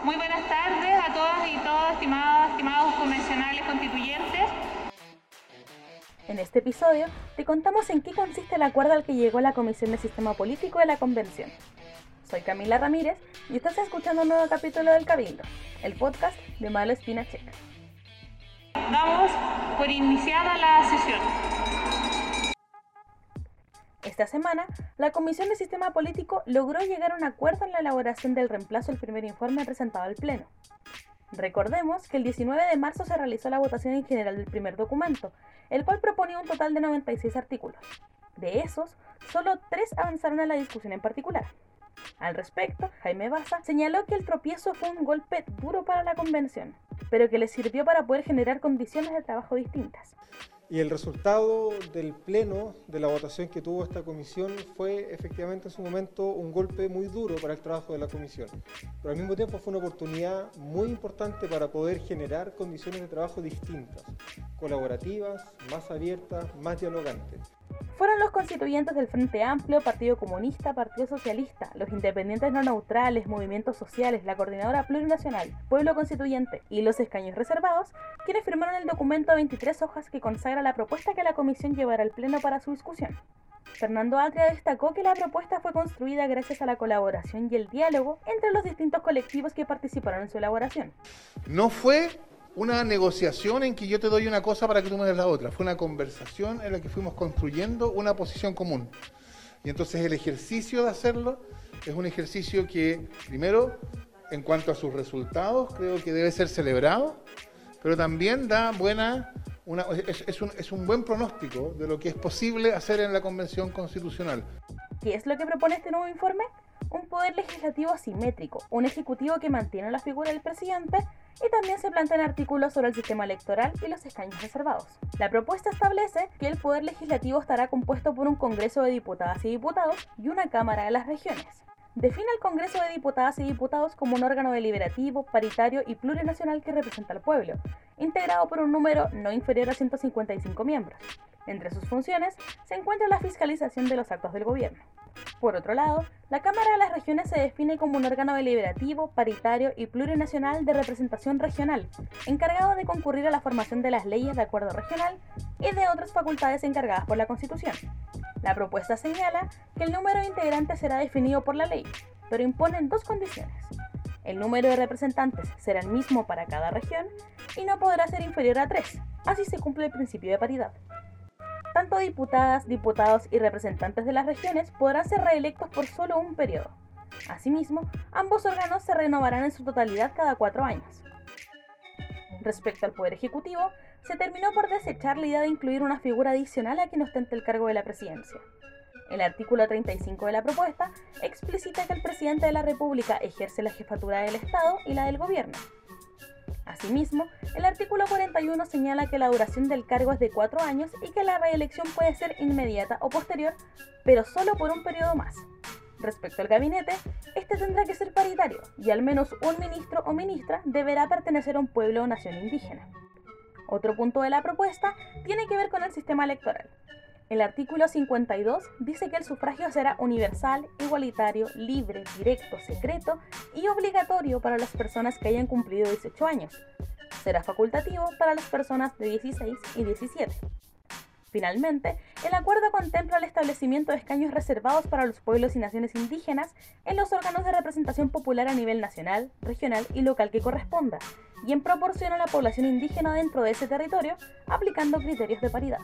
Muy buenas tardes a todas y todos, estimados convencionales constituyentes. En este episodio te contamos en qué consiste el acuerdo al que llegó la Comisión de Sistema Político de la Convención. Soy Camila Ramírez y estás escuchando un nuevo capítulo del Cabildo, el podcast de Malo Espina Checa. Damos por iniciada la sesión. Esta semana, la Comisión de Sistema Político logró llegar a un acuerdo en la elaboración del reemplazo del primer informe presentado al Pleno. Recordemos que el 19 de marzo se realizó la votación en general del primer documento, el cual proponía un total de 96 artículos. De esos, solo 3 avanzaron a la discusión en particular. Al respecto, Jaime Baza señaló que el tropiezo fue un golpe duro para la Convención, pero que le sirvió para poder generar condiciones de trabajo distintas. Y el resultado del pleno de la votación que tuvo esta comisión fue efectivamente en su momento un golpe muy duro para el trabajo de la comisión, pero al mismo tiempo fue una oportunidad muy importante para poder generar condiciones de trabajo distintas, colaborativas, más abiertas, más dialogantes. Fueron los constituyentes del Frente Amplio, Partido Comunista, Partido Socialista, los independientes no neutrales, movimientos sociales, la Coordinadora Plurinacional, Pueblo Constituyente y los escaños reservados quienes firmaron el documento de 23 hojas que consagra la propuesta que la Comisión llevará al Pleno para su discusión. Fernando Atria destacó que la propuesta fue construida gracias a la colaboración y el diálogo entre los distintos colectivos que participaron en su elaboración. No fue una negociación en que yo te doy una cosa para que tú me des la otra. Fue una conversación en la que fuimos construyendo una posición común. Y entonces el ejercicio de hacerlo es un ejercicio que, primero, en cuanto a sus resultados, creo que debe ser celebrado, pero también da es un buen pronóstico de lo que es posible hacer en la Convención Constitucional. ¿Qué es lo que propone este nuevo informe? Un poder legislativo asimétrico, un ejecutivo que mantiene la figura del presidente y también se plantean artículos sobre el sistema electoral y los escaños reservados. La propuesta establece que el poder legislativo estará compuesto por un Congreso de Diputadas y Diputados y una Cámara de las Regiones. Define al Congreso de Diputadas y Diputados como un órgano deliberativo, paritario y plurinacional que representa al pueblo, integrado por un número no inferior a 155 miembros. Entre sus funciones se encuentra la fiscalización de los actos del gobierno. Por otro lado, la Cámara de las Regiones se define como un órgano deliberativo, paritario y plurinacional de representación regional, encargado de concurrir a la formación de las leyes de acuerdo regional y de otras facultades encargadas por la Constitución. La propuesta señala que el número de integrantes será definido por la ley, pero imponen 2 condiciones. El número de representantes será el mismo para cada región y no podrá ser inferior a 3, así se cumple el principio de paridad. Tanto diputadas, diputados y representantes de las regiones podrán ser reelectos por solo un periodo. Asimismo, ambos órganos se renovarán en su totalidad cada 4 años. Respecto al Poder Ejecutivo, se terminó por desechar la idea de incluir una figura adicional a quien ostente el cargo de la presidencia. El artículo 35 de la propuesta explicita que el presidente de la República ejerce la jefatura del Estado y la del Gobierno. Asimismo, el artículo 41 señala que la duración del cargo es de 4 años y que la reelección puede ser inmediata o posterior, pero solo por un periodo más. Respecto al gabinete, este tendrá que ser paritario y al menos un ministro o ministra deberá pertenecer a un pueblo o nación indígena. Otro punto de la propuesta tiene que ver con el sistema electoral. El artículo 52 dice que el sufragio será universal, igualitario, libre, directo, secreto y obligatorio para las personas que hayan cumplido 18 años. Será facultativo para las personas de 16 y 17. Finalmente, el acuerdo contempla el establecimiento de escaños reservados para los pueblos y naciones indígenas en los órganos de representación popular a nivel nacional, regional y local que corresponda, y en proporción a la población indígena dentro de ese territorio, aplicando criterios de paridad.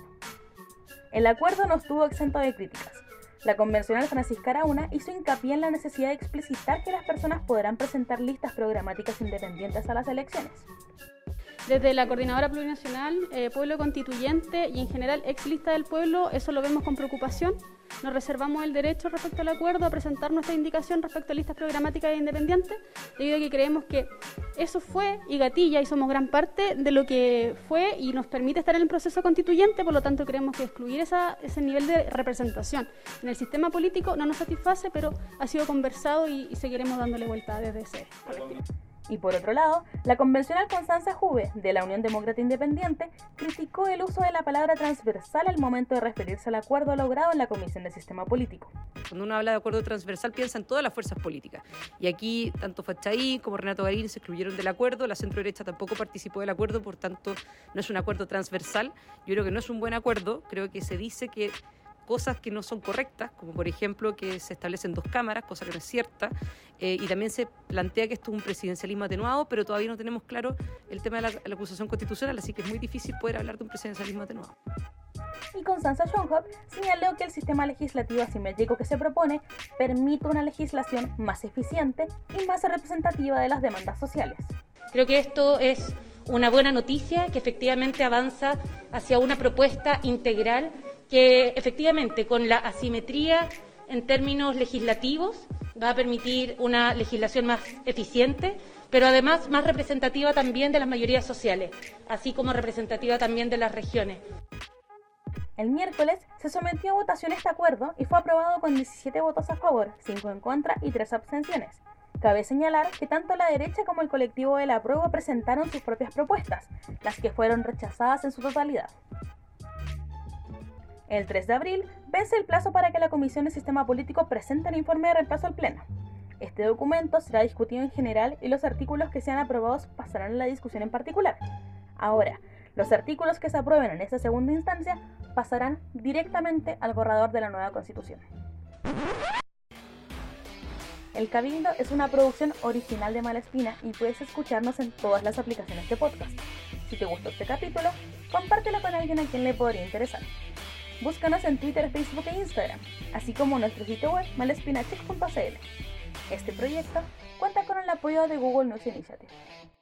El acuerdo no estuvo exento de críticas. La convencional Francisca Araúna hizo hincapié en la necesidad de explicitar que las personas podrán presentar listas programáticas independientes a las elecciones. Desde la Coordinadora Plurinacional, Pueblo Constituyente y en general ex lista del pueblo, eso lo vemos con preocupación. Nos reservamos el derecho respecto al acuerdo a presentar nuestra indicación respecto a listas programáticas e independientes, debido a que creemos que eso fue y gatilla y somos gran parte de lo que fue y nos permite estar en el proceso constituyente, por lo tanto creemos que excluir ese nivel de representación en el sistema político no nos satisface, pero ha sido conversado y seguiremos dándole vuelta desde ese colectivo. Y por otro lado, la convencional Constanza Juve, de la Unión Demócrata Independiente, criticó el uso de la palabra transversal al momento de referirse al acuerdo logrado en la Comisión de Sistema Político. Cuando uno habla de acuerdo transversal piensa en todas las fuerzas políticas. Y aquí tanto Fachaí como Renato Garín se excluyeron del acuerdo, la centro-derecha tampoco participó del acuerdo, por tanto no es un acuerdo transversal. Yo creo que no es un buen acuerdo, creo que se dice que cosas que no son correctas, como por ejemplo que se establecen 2 cámaras, cosa que no es cierta, y también se plantea que esto es un presidencialismo atenuado, pero todavía no tenemos claro el tema de la acusación constitucional, así que es muy difícil poder hablar de un presidencialismo atenuado. Y Constanza Schonhoff señaló que el sistema legislativo asimétrico que se propone permite una legislación más eficiente y más representativa de las demandas sociales. Creo que esto es una buena noticia, que efectivamente avanza hacia una propuesta integral que efectivamente con la asimetría en términos legislativos va a permitir una legislación más eficiente, pero además más representativa también de las mayorías sociales, así como representativa también de las regiones. El miércoles se sometió a votación este acuerdo y fue aprobado con 17 votos a favor, 5 en contra y 3 abstenciones. Cabe señalar que tanto la derecha como el colectivo de la apruebo presentaron sus propias propuestas, las que fueron rechazadas en su totalidad. El 3 de abril vence el plazo para que la Comisión de Sistema Político presente el informe de reemplazo al Pleno. Este documento será discutido en general y los artículos que sean aprobados pasarán a la discusión en particular. Ahora, los artículos que se aprueben en esta segunda instancia pasarán directamente al borrador de la nueva Constitución. El Cabildo es una producción original de Malespina y puedes escucharnos en todas las aplicaciones de podcast. Si te gustó este capítulo, compártelo con alguien a quien le podría interesar. Búscanos en Twitter, Facebook e Instagram, así como en nuestro sitio web malespinacheck.cl. Este proyecto cuenta con el apoyo de Google News Initiative.